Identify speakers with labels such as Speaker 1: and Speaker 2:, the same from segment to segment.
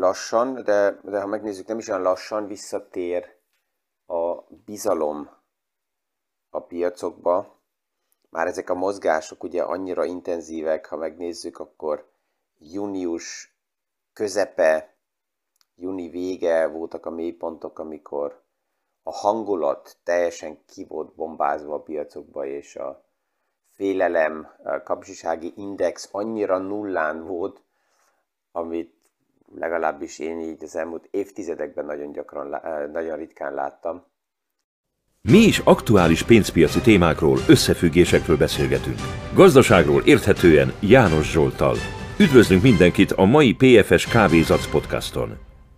Speaker 1: lassan, de ha megnézzük, nem is olyan lassan visszatér a bizalom a piacokba. Már ezek a mozgások ugye annyira intenzívek, ha megnézzük, akkor június közepe, júni vége voltak a mélypontok, amikor a hangulat teljesen ki volt bombázva a piacokba, és a félelem, a kapzsisági index annyira nullán volt, amit legalábbis én így az elmúlt évtizedekben nagyon ritkán láttam.
Speaker 2: Mi is aktuális pénzpiaci témákról, összefüggésekről beszélgetünk. Gazdaságról érthetően János Zsolttal. Üdvözlünk mindenkit a mai PFS Kávézac podcaston.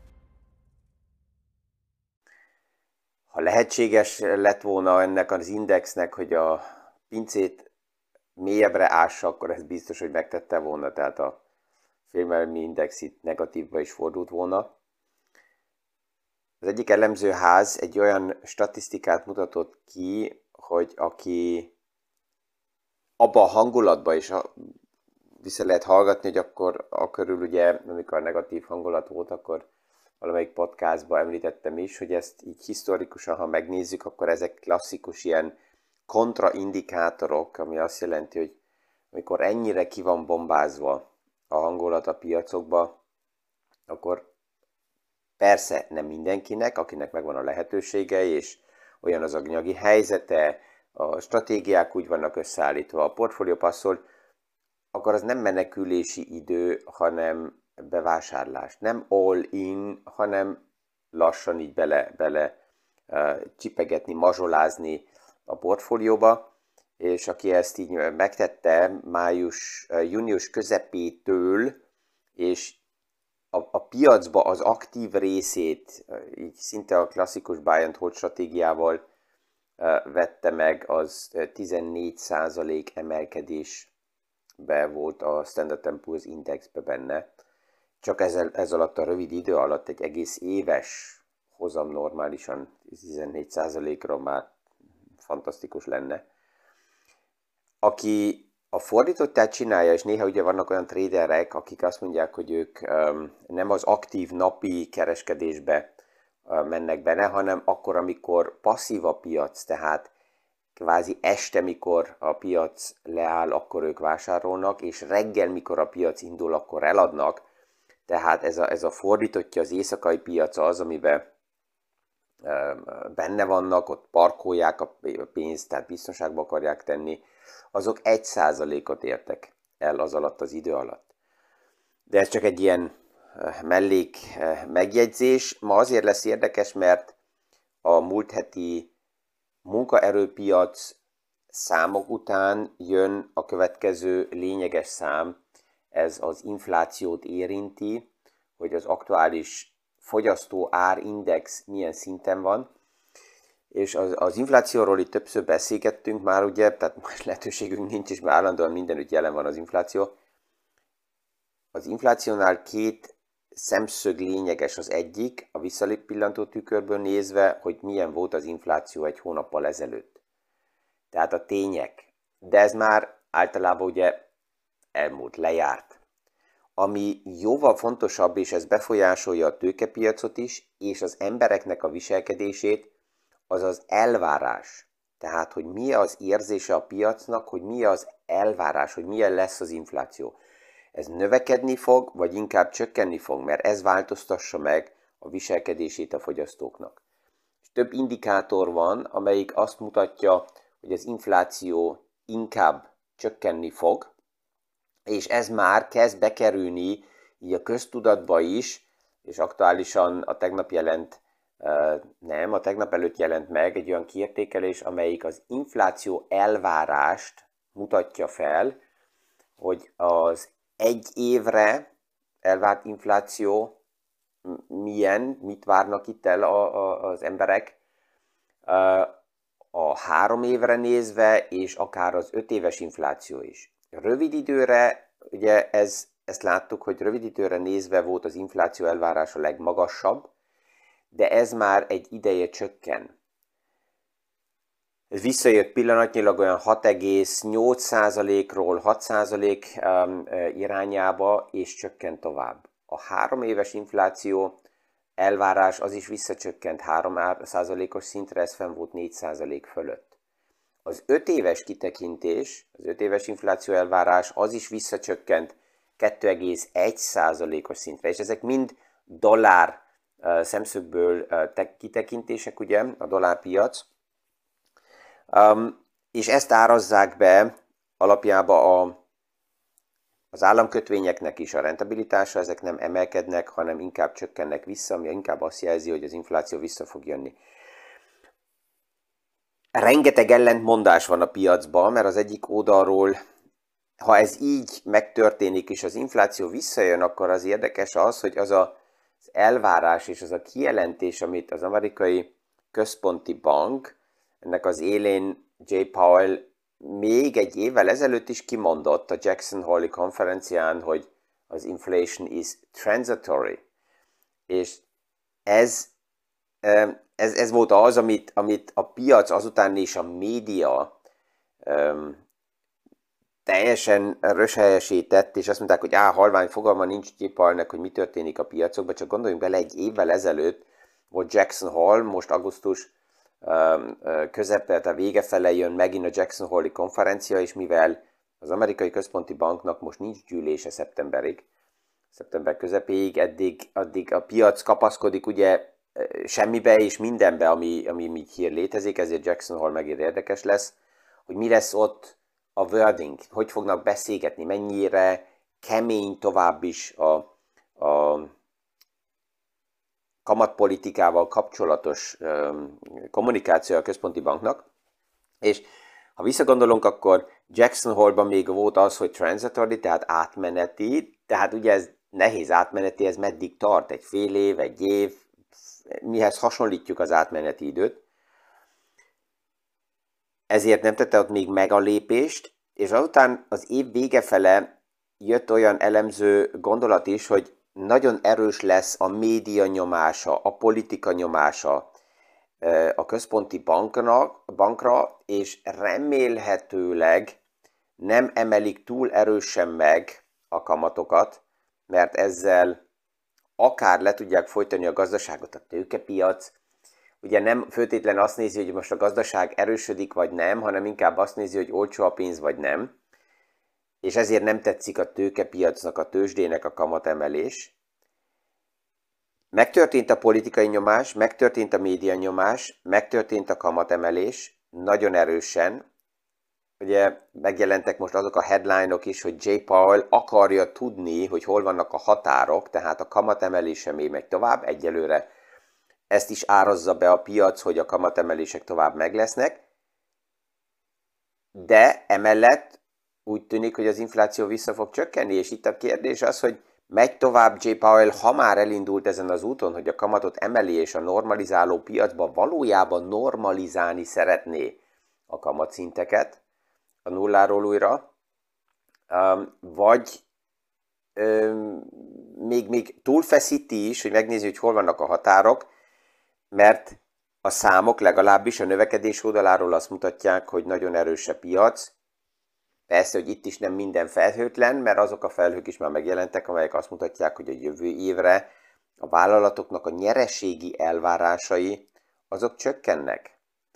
Speaker 1: Ha lehetséges lett volna ennek az indexnek, hogy a pincét mélyebbre ássa, akkor ez biztos, hogy megtette volna, tehát a félelmi index itt negatívba is fordult volna. Az egyik elemzőház egy olyan statisztikát mutatott ki, hogy aki abba a hangulatba is vissza lehet hallgatni, hogy akkor ugye, amikor negatív hangulat volt, akkor valamelyik podcastban említettem is, hogy ezt így historikusan, ha megnézzük, akkor ezek klasszikus ilyen kontraindikátorok, ami azt jelenti, hogy amikor ennyire ki van bombázva a hangulat a piacokba, akkor persze nem mindenkinek, akinek megvan a lehetősége, és olyan az anyagi helyzete, a stratégiák úgy vannak összeállítva, a portfólió passzol, akkor az nem menekülési idő, hanem bevásárlás. Nem all in, hanem lassan így bele csipegetni, mazsolázni a portfólióba, és aki ezt így megtette június közepétől, és a piacba az aktív részét, így szinte a klasszikus buy and hold stratégiával vette meg, az 14% emelkedésbe volt a Standard & Poor's Indexbe benne. Csak ez alatt a rövid idő alatt egy egész éves hozam normálisan 14%-ra már fantasztikus lenne. Aki a fordítottát csinálja, és néha ugye vannak olyan traderek, akik azt mondják, hogy ők nem az aktív napi kereskedésbe mennek benne, hanem akkor, amikor passzív a piac, tehát kvázi este, mikor a piac leáll, akkor ők vásárolnak, és reggel, mikor a piac indul, akkor eladnak. Tehát ez a fordítottja, az éjszakai piac az, amiben benne vannak, ott parkolják a pénzt, tehát biztonságba akarják tenni, azok 1%-ot értek el az alatt az idő alatt. De ez csak egy ilyen mellék megjegyzés. Ma azért lesz érdekes, mert a múlt heti munkaerőpiac számok után jön a következő lényeges szám, ez az inflációt érinti, hogy az aktuális fogyasztó árindex milyen szinten van. És az inflációról itt többször beszélgettünk már, ugye, tehát most lehetőségünk nincs, és már állandóan mindenütt jelen van az infláció. Az inflációnál két szemszög lényeges, az egyik, a visszapillantó tükörből nézve, hogy milyen volt az infláció egy hónappal ezelőtt. Tehát a tények. De ez már általában ugye elmúlt, lejárt. Ami jóval fontosabb, és ez befolyásolja a tőkepiacot is, és az embereknek a viselkedését, az az elvárás. Tehát, hogy mi az érzése a piacnak, hogy mi az elvárás, hogy milyen lesz az infláció. Ez növekedni fog, vagy inkább csökkenni fog, mert ez változtassa meg a viselkedését a fogyasztóknak. És több indikátor van, amelyik azt mutatja, hogy az infláció inkább csökkenni fog, és ez már kezd bekerülni így a köztudatba is, és aktuálisan a tegnap előtt jelent meg egy olyan kiértékelés, amelyik az infláció elvárást mutatja fel, hogy az egy évre elvárt infláció mit várnak itt el az emberek, a 3 évre nézve, és akár az 5 éves infláció is. Rövid időre, ugye ezt láttuk, hogy rövid időre nézve volt az infláció elvárása legmagasabb, de ez már egy ideje csökken. Ez visszajött pillanatnyilag olyan 6,8%-ról 6% irányába, és csökken tovább. a 3 éves infláció elvárás az is visszacsökkent 3%-os szintre, ez fenn volt 4% fölött. Az 5 éves kitekintés, az 5 éves infláció elvárás az is visszacsökkent 2,1%-os szintre, és ezek mind dollár szemszögből kitekintések, ugye, a dollárpiac, és ezt árazzák be alapjában az államkötvényeknek is a rentabilitása, ezek nem emelkednek, hanem inkább csökkennek vissza, ami inkább azt jelzi, hogy az infláció vissza fog jönni. Rengeteg ellentmondás van a piacban, mert az egyik oldalról, ha ez így megtörténik, és az infláció visszajön, akkor az érdekes az, hogy az elvárás és az a kijelentés, amit az amerikai központi bank, ennek az élén Jay Powell még egy évvel ezelőtt is kimondott a Jackson Hole-i konferencián, hogy az inflation is transitory. És ez volt az, amit a piac azután és a média teljesen röshelyesített, és azt mondták, hogy halvány fogalma nincs Jay Powellnek, hogy mi történik a piacokban, csak gondoljunk bele, egy évvel ezelőtt volt Jackson Hole, most augusztus közepén, a vége fele jön megint a Jackson Hole-i konferencia, és mivel az amerikai központi banknak most nincs gyűlése szeptember közepéig, addig a piac kapaszkodik ugye semmibe és mindenbe, ami még hier létezik, ezért Jackson Hole megint érdekes lesz, hogy mi lesz ott a wording, hogy fognak beszélgetni, mennyire kemény tovább is a kamatpolitikával kapcsolatos kommunikáció a központi banknak. És ha visszagondolunk, akkor Jackson Hole-ban még volt az, hogy transitory, tehát átmeneti, tehát ugye ez nehéz átmeneti, ez meddig tart, egy fél év, egy év, mihez hasonlítjuk az átmeneti időt. Ezért nem tette ott még meg a lépést, és azután az év vége fele jött olyan elemző gondolat is, hogy nagyon erős lesz a média nyomása, a politika nyomása a központi bankra, és remélhetőleg nem emelik túl erősen meg a kamatokat, mert ezzel akár le tudják folytani a gazdaságot, a tőkepiac. Ugye nem föltétlen azt nézi, hogy most a gazdaság erősödik vagy nem, hanem inkább azt nézi, hogy olcsó a pénz vagy nem. És ezért nem tetszik a tőkepiacnak, a tőzsdének a kamatemelés. Megtörtént a politikai nyomás, megtörtént a média nyomás, megtörtént a kamatemelés, nagyon erősen. Ugye megjelentek most azok a headline-ok is, hogy Jay Powell akarja tudni, hogy hol vannak a határok, tehát a kamatemelése még megy tovább, egyelőre ezt is árazza be a piac, hogy a kamatemelések tovább meglesznek, de emellett úgy tűnik, hogy az infláció vissza fog csökkenni, és itt a kérdés az, hogy megy tovább Jay Powell, ha már elindult ezen az úton, hogy a kamatot emeli, és a normalizáló piacban valójában normalizálni szeretné a kamatszinteket a nulláról újra, vagy még túlfeszíti is, hogy megnézi, hogy hol vannak a határok, mert a számok legalábbis a növekedés oldaláról azt mutatják, hogy nagyon erős a piac. Persze, hogy itt is nem minden felhőtlen, mert azok a felhők is már megjelentek, amelyek azt mutatják, hogy a jövő évre a vállalatoknak a nyereségi elvárásai azok csökkennek.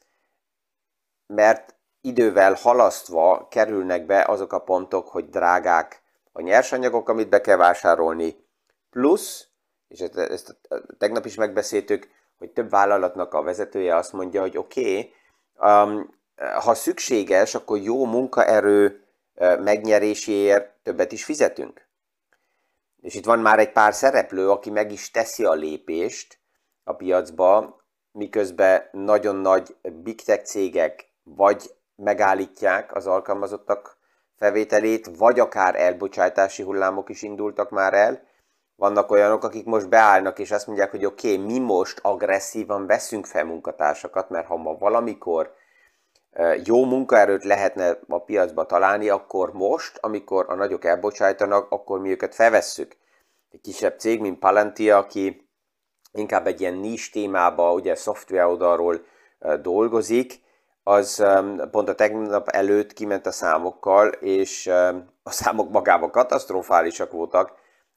Speaker 1: Mert idővel halasztva kerülnek be azok a pontok, hogy drágák a nyersanyagok, amit be kell vásárolni, plusz, és ezt tegnap is megbeszéltük, hogy több vállalatnak a vezetője azt mondja, hogy oké, ha szükséges, akkor jó munkaerő megnyeréséért többet is fizetünk. És itt van már egy pár szereplő, aki meg is teszi a lépést a piacba, miközben nagyon nagy big tech cégek vagy megállítják az alkalmazottak felvételét, vagy akár elbocsátási hullámok is indultak már el. Vannak olyanok, akik most beállnak, és azt mondják, hogy oké, mi most agresszívan veszünk fel munkatársakat, mert ha ma valamikor jó munkaerőt lehetne a piacba találni, akkor most, amikor a nagyok elbocsájtanak, akkor mi őket felvesszük. Egy kisebb cég, mint Palantir, aki inkább egy ilyen niche témába, ugye szoftver oldalról dolgozik, az pont a tegnap előtt kiment a számokkal, és a számok magában katasztrofálisak voltak,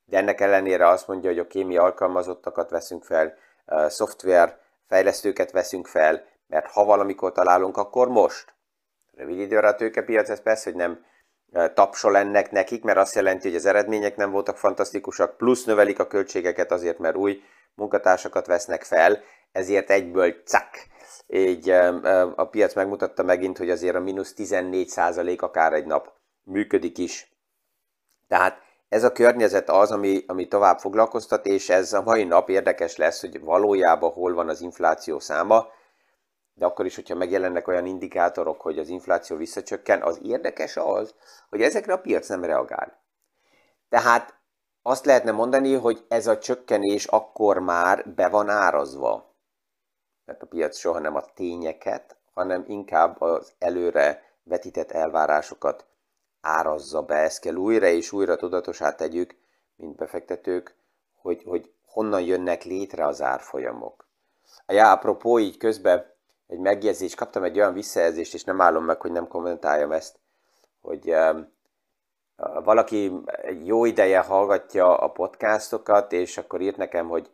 Speaker 1: de ennek ellenére azt mondja, hogy oké, mi alkalmazottakat veszünk fel, szoftver fejlesztőket veszünk fel, mert ha valamikor találunk, akkor most. Rövid időre a tőkepiac, ez persze, hogy nem tapsol ennek nekik, mert azt jelenti, hogy az eredmények nem voltak fantasztikusak, plusz növelik a költségeket azért, mert új munkatársakat vesznek fel, ezért egyből cak. Így a piac megmutatta megint, hogy azért a mínusz 14% akár egy nap működik is. Tehát ez a környezet az, ami tovább foglalkoztat, és ez a mai nap érdekes lesz, hogy valójában hol van az infláció száma, de akkor is, hogyha megjelennek olyan indikátorok, hogy az infláció visszacsökken, az érdekes az, hogy ezekre a piac nem reagál. Tehát azt lehetne mondani, hogy ez a csökkenés akkor már be van árazva. Mert a piac soha nem a tényeket, hanem inkább az előre vetített elvárásokat árazza be. Ezt kell újra és újra tudatosá tegyük, mint befektetők, hogy honnan jönnek létre az árfolyamok. Ja, apropó, így közben egy megjegyzés, kaptam egy olyan visszajelzést, és nem állom meg, hogy nem kommentáljam ezt, hogy valaki jó ideje hallgatja a podcastokat, és akkor írt nekem, hogy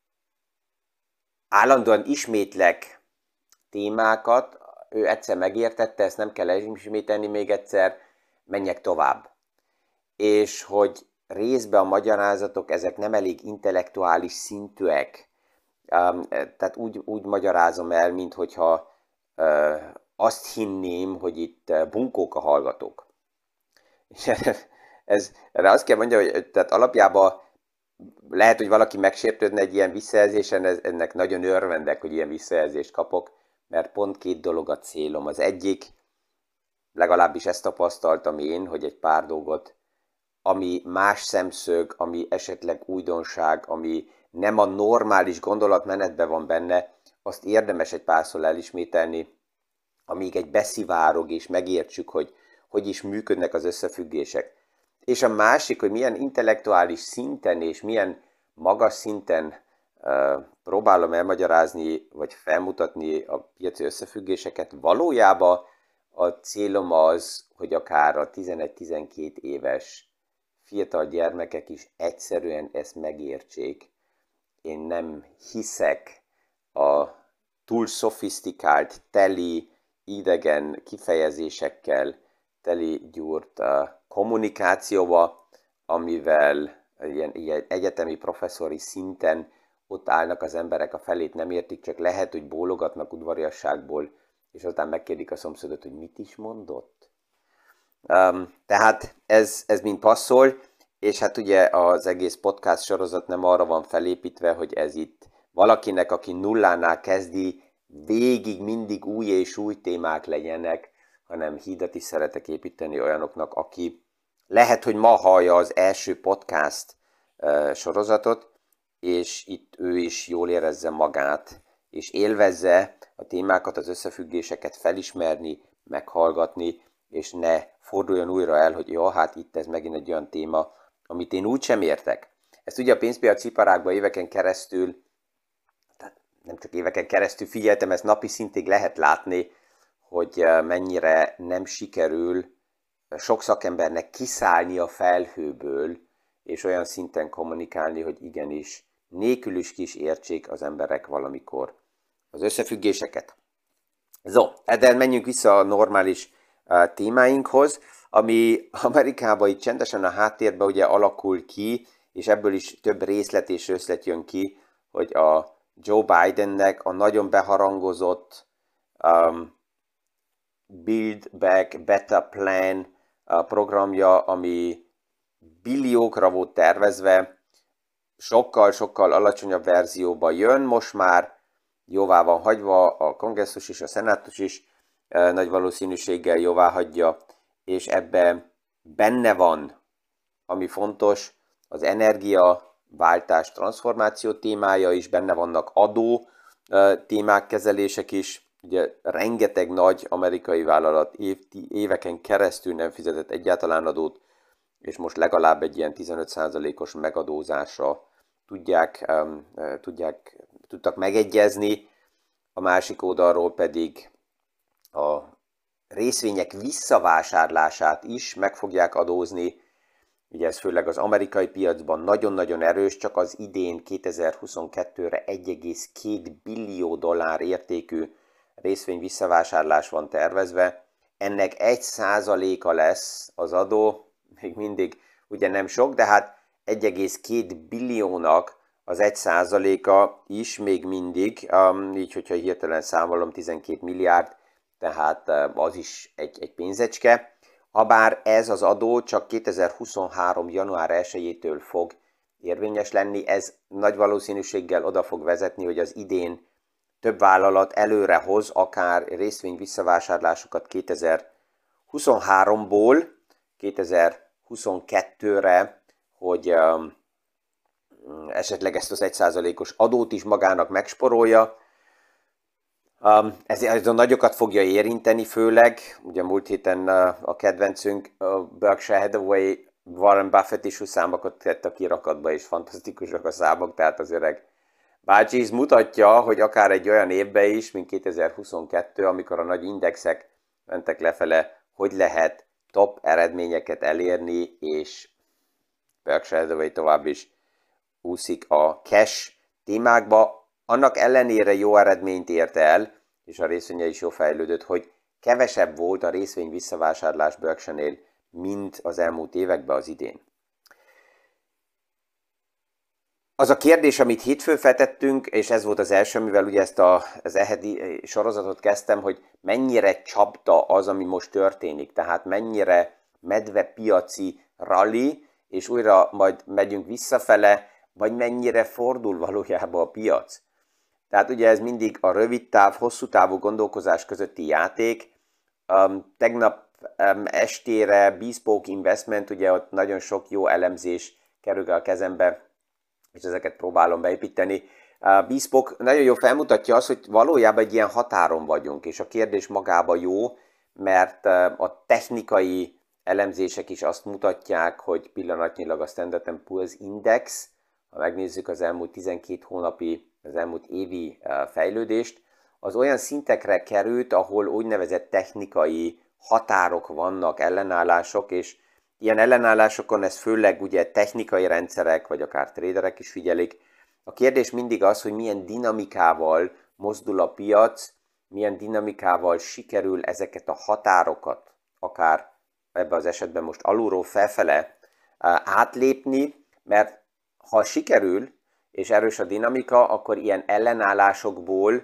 Speaker 1: állandóan ismétlek témákat, ő egyszer megértette, ezt nem kell ismételni még egyszer, menjek tovább. És hogy részben a magyarázatok, ezek nem elég intellektuális szintűek. Tehát úgy magyarázom el, minthogyha azt hinném, hogy itt bunkók a hallgatók. És erre azt kell mondja, hogy tehát alapjában lehet, hogy valaki megsértődne egy ilyen visszajelzésen, ennek nagyon örvendek, hogy ilyen visszajelzést kapok, mert pont két dolog a célom. Az egyik, legalábbis ezt tapasztaltam én, hogy egy pár dolgot, ami más szemszög, ami esetleg újdonság, ami nem a normális gondolatmenetben van benne, azt érdemes egy párszor elismételni, amíg egy beszivárog és megértsük, hogy is működnek az összefüggések. És a másik, hogy milyen intellektuális szinten és milyen magas szinten próbálom elmagyarázni, vagy felmutatni a piaci összefüggéseket. Valójában a célom az, hogy akár a 11-12 éves fiatal gyermekek is egyszerűen ezt megértsék. Én nem hiszek a túl szofisztikált, teli, idegen kifejezésekkel teli gyúrt kommunikációba, amivel ilyen egyetemi professzori szinten ott állnak az emberek, a felét nem értik, csak lehet, hogy bólogatnak udvariasságból, és aztán megkérdik a szomszédot, hogy mit is mondott. Tehát ez mind passzol, és hát ugye az egész podcast sorozat nem arra van felépítve, hogy ez itt valakinek, aki nullánál kezdi, végig mindig új és új témák legyenek, hanem hídat is szeretek építeni olyanoknak, aki lehet, hogy ma hallja az első podcast sorozatot, és itt ő is jól érezze magát, és élvezze a témákat, az összefüggéseket felismerni, meghallgatni, és ne forduljon újra el, hogy ja, hát itt ez megint egy olyan téma, amit én úgysem értek. Ezt ugye a pénzpiaci iparágban éveken keresztül, tehát nem csak éveken keresztül figyeltem, ezt napi szintig lehet látni, hogy mennyire nem sikerül sok szakembernek kiszállni a felhőből, és olyan szinten kommunikálni, hogy igenis, nélkül is értsék az emberek valamikor az összefüggéseket. De menjünk vissza a normális témáinkhoz, ami Amerikában itt csendesen a háttérben ugye alakul ki, és ebből is több részlet és összlet jön ki, hogy a Joe Bidennek a nagyon beharangozott Build Back Better Plan programja, ami billiókra volt tervezve, sokkal-sokkal alacsonyabb verzióban jön, most már jóvá van hagyva, a kongresszus és a szenátus is nagy valószínűséggel jóvá hagyja, és ebben benne van, ami fontos, az energiaváltás transformáció témája is, benne vannak adó témák, kezelések is. Ugye rengeteg nagy amerikai vállalat éveken keresztül nem fizetett egyáltalán adót, és most legalább egy ilyen 15%-os megadózásra tudtak megegyezni. A másik oldalról pedig a részvények visszavásárlását is meg fogják adózni, Ugye ez főleg az amerikai piacban nagyon-nagyon erős, csak az idén 2022-re 1,2 billió dollár értékű részvény visszavásárlás van tervezve. Ennek 1%-a lesz az adó, még mindig ugye nem sok, de hát 1,2 billiónak az 1%-a is még mindig, így hogyha hirtelen számolom 12 milliárd, tehát az is egy pénzecske. Habár ez az adó csak 2023. január 1-től fog érvényes lenni, ez nagy valószínűséggel oda fog vezetni, hogy az idén több vállalat előrehoz akár részvény visszavásárlásokat 2023-ból 2022-re, hogy esetleg ezt az 1%-os adót is magának megsporolja. Ez a nagyokat fogja érinteni főleg, ugye múlt héten a kedvencünk Berkshire Hathaway, Warren Buffett is számokat tett a kirakatba, és fantasztikusak a számok, tehát az öreg bácsi is mutatja, hogy akár egy olyan évben is, mint 2022, amikor a nagy indexek mentek lefele, hogy lehet top eredményeket elérni, és Berkshire Hathaway tovább is úszik a cash témákba. Annak ellenére jó eredményt ért el, és a részvénye is jó fejlődött, hogy kevesebb volt a részvény visszavásárlás Berkshire-nél, mint az elmúlt években az idén. Az a kérdés, amit hétfőn feltettünk, és ez volt az első, mivel ugye ezt az eheti sorozatot kezdtem, hogy mennyire csapda az, ami most történik, tehát mennyire medvepiaci rally, és újra majd megyünk visszafele, vagy mennyire fordul valójában a piac. Tehát ugye ez mindig a rövid táv, hosszú távú gondolkozás közötti játék. Tegnap estére Bespoke Investment, ugye ott nagyon sok jó elemzés kerül a kezembe, és ezeket próbálom beépíteni. Bespoke nagyon jó felmutatja azt, hogy valójában egy ilyen határon vagyunk, és a kérdés magában jó, mert a technikai elemzések is azt mutatják, hogy pillanatnyilag a Standard & Poor's Index, ha megnézzük az elmúlt 12 hónapi, az elmúlt évi fejlődést, az olyan szintekre került, ahol úgynevezett technikai határok vannak, ellenállások, és ilyen ellenállásokon ez főleg ugye technikai rendszerek, vagy akár traderek is figyelik. A kérdés mindig az, hogy milyen dinamikával mozdul a piac, milyen dinamikával sikerül ezeket a határokat, akár ebben az esetben most alulról felfele átlépni, mert ha sikerül, és erős a dinamika, akkor ilyen ellenállásokból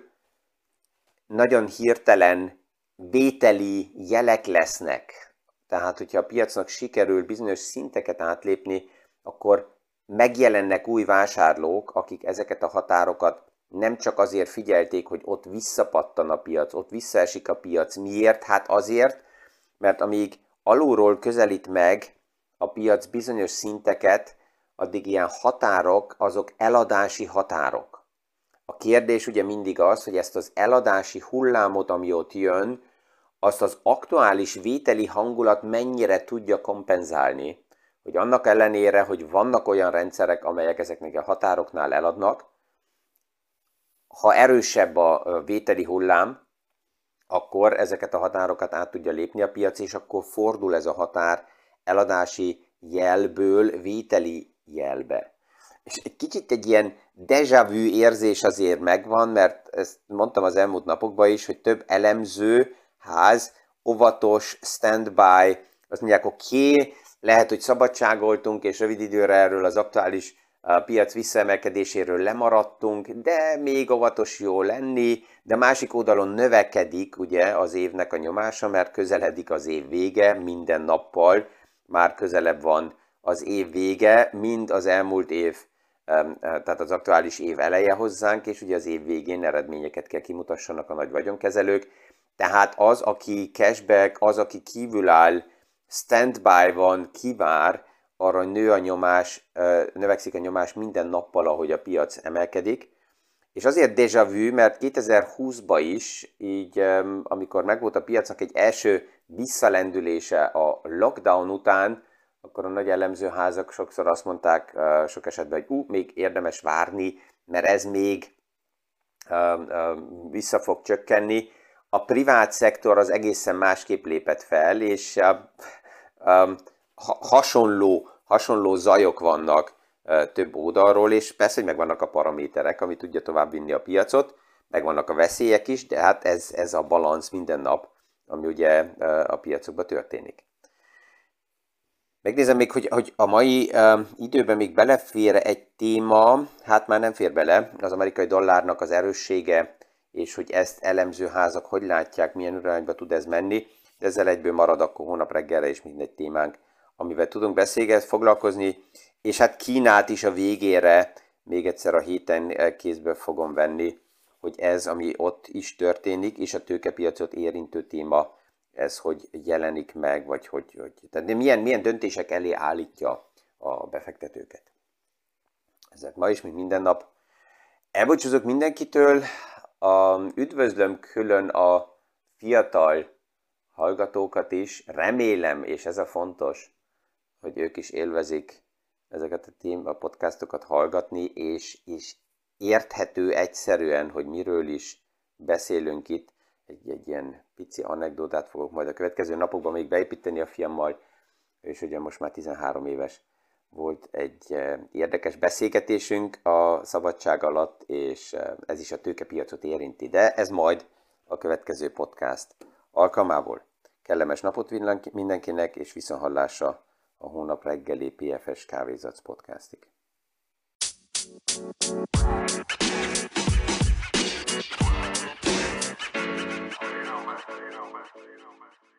Speaker 1: nagyon hirtelen vételi jelek lesznek. Tehát, hogyha a piacnak sikerül bizonyos szinteket átlépni, akkor megjelennek új vásárlók, akik ezeket a határokat nem csak azért figyelték, hogy ott visszapattan a piac, ott visszaesik a piac. Miért? Hát azért, mert amíg alulról közelít meg a piac bizonyos szinteket, addig ilyen határok, azok eladási határok. A kérdés ugye mindig az, hogy ezt az eladási hullámot, ami ott jön, azt az aktuális vételi hangulat mennyire tudja kompenzálni, hogy annak ellenére, hogy vannak olyan rendszerek, amelyek ezeknek a határoknál eladnak, ha erősebb a vételi hullám, akkor ezeket a határokat át tudja lépni a piac, és akkor fordul ez a határ eladási jelből vételi jelbe. És egy kicsit egy ilyen déjà vu érzés azért megvan, mert ezt mondtam az elmúlt napokban is, hogy több elemző ház, óvatos, standby, azt mondják, oké, lehet, hogy szabadságoltunk, és rövid időre erről az aktuális piac visszaemelkedéséről lemaradtunk, de még óvatos jó lenni, de másik oldalon növekedik ugye az évnek a nyomása, mert közeledik az év vége, minden nappal már közelebb van az év vége, mind az elmúlt év, tehát az aktuális év eleje hozzánk, és ugye az év végén eredményeket kell kimutassanak a nagy vagyonkezelők. Tehát az, aki cashback, az, aki kívül áll, standby van, kivár, arra nő a nyomás, növekszik a nyomás minden nappal, ahogy a piac emelkedik. És azért déjà vu, mert 2020-ban is, így amikor megvolt a piacnak egy első visszalendülése a lockdown után, akkor a nagy elemzőházak sokszor azt mondták, sok esetben, hogy még érdemes várni, mert ez még vissza fog csökkenni. A privát szektor az egészen másképp lépett fel, és hasonló hasonló zajok vannak több oldalról, és persze, hogy megvannak a paraméterek, ami tudja továbbvinni a piacot, megvannak a veszélyek is, de hát ez a balansz minden nap, ami ugye a piacokban történik. Megnézem még, hogy a mai időben még belefér egy téma, hát már nem fér bele, az amerikai dollárnak az erőssége, és hogy ezt elemző házak hogy látják, milyen irányba tud ez menni, de ezzel egyből marad akkor hónap reggelre is mindegy témánk, amivel tudunk foglalkozni, és hát Kínát is a végére még egyszer a héten kézbe fogom venni, hogy ez, ami ott is történik, és a tőkepiacot érintő téma, ez hogy jelenik meg, vagy tehát milyen döntések elé állítja a befektetőket. Ezek ma is, mint minden nap. Elbúcsúzok mindenkitől, üdvözlöm külön a fiatal hallgatókat is, remélem, és ez a fontos, hogy ők is élvezik ezeket a podcastokat hallgatni, és érthető egyszerűen, hogy miről is beszélünk itt. Egy ilyen pici anekdotát fogok majd a következő napokban még beépíteni a fiammal, és ugye most már 13 éves. Volt egy érdekes beszélgetésünk a szabadság alatt, és ez is a tőkepiacot érinti, de ez majd a következő podcast alkalmából. Kellemes napot mindenkinek, és viszonthallásra a hónap reggeli PFS Kávézac podcastig. You know, man.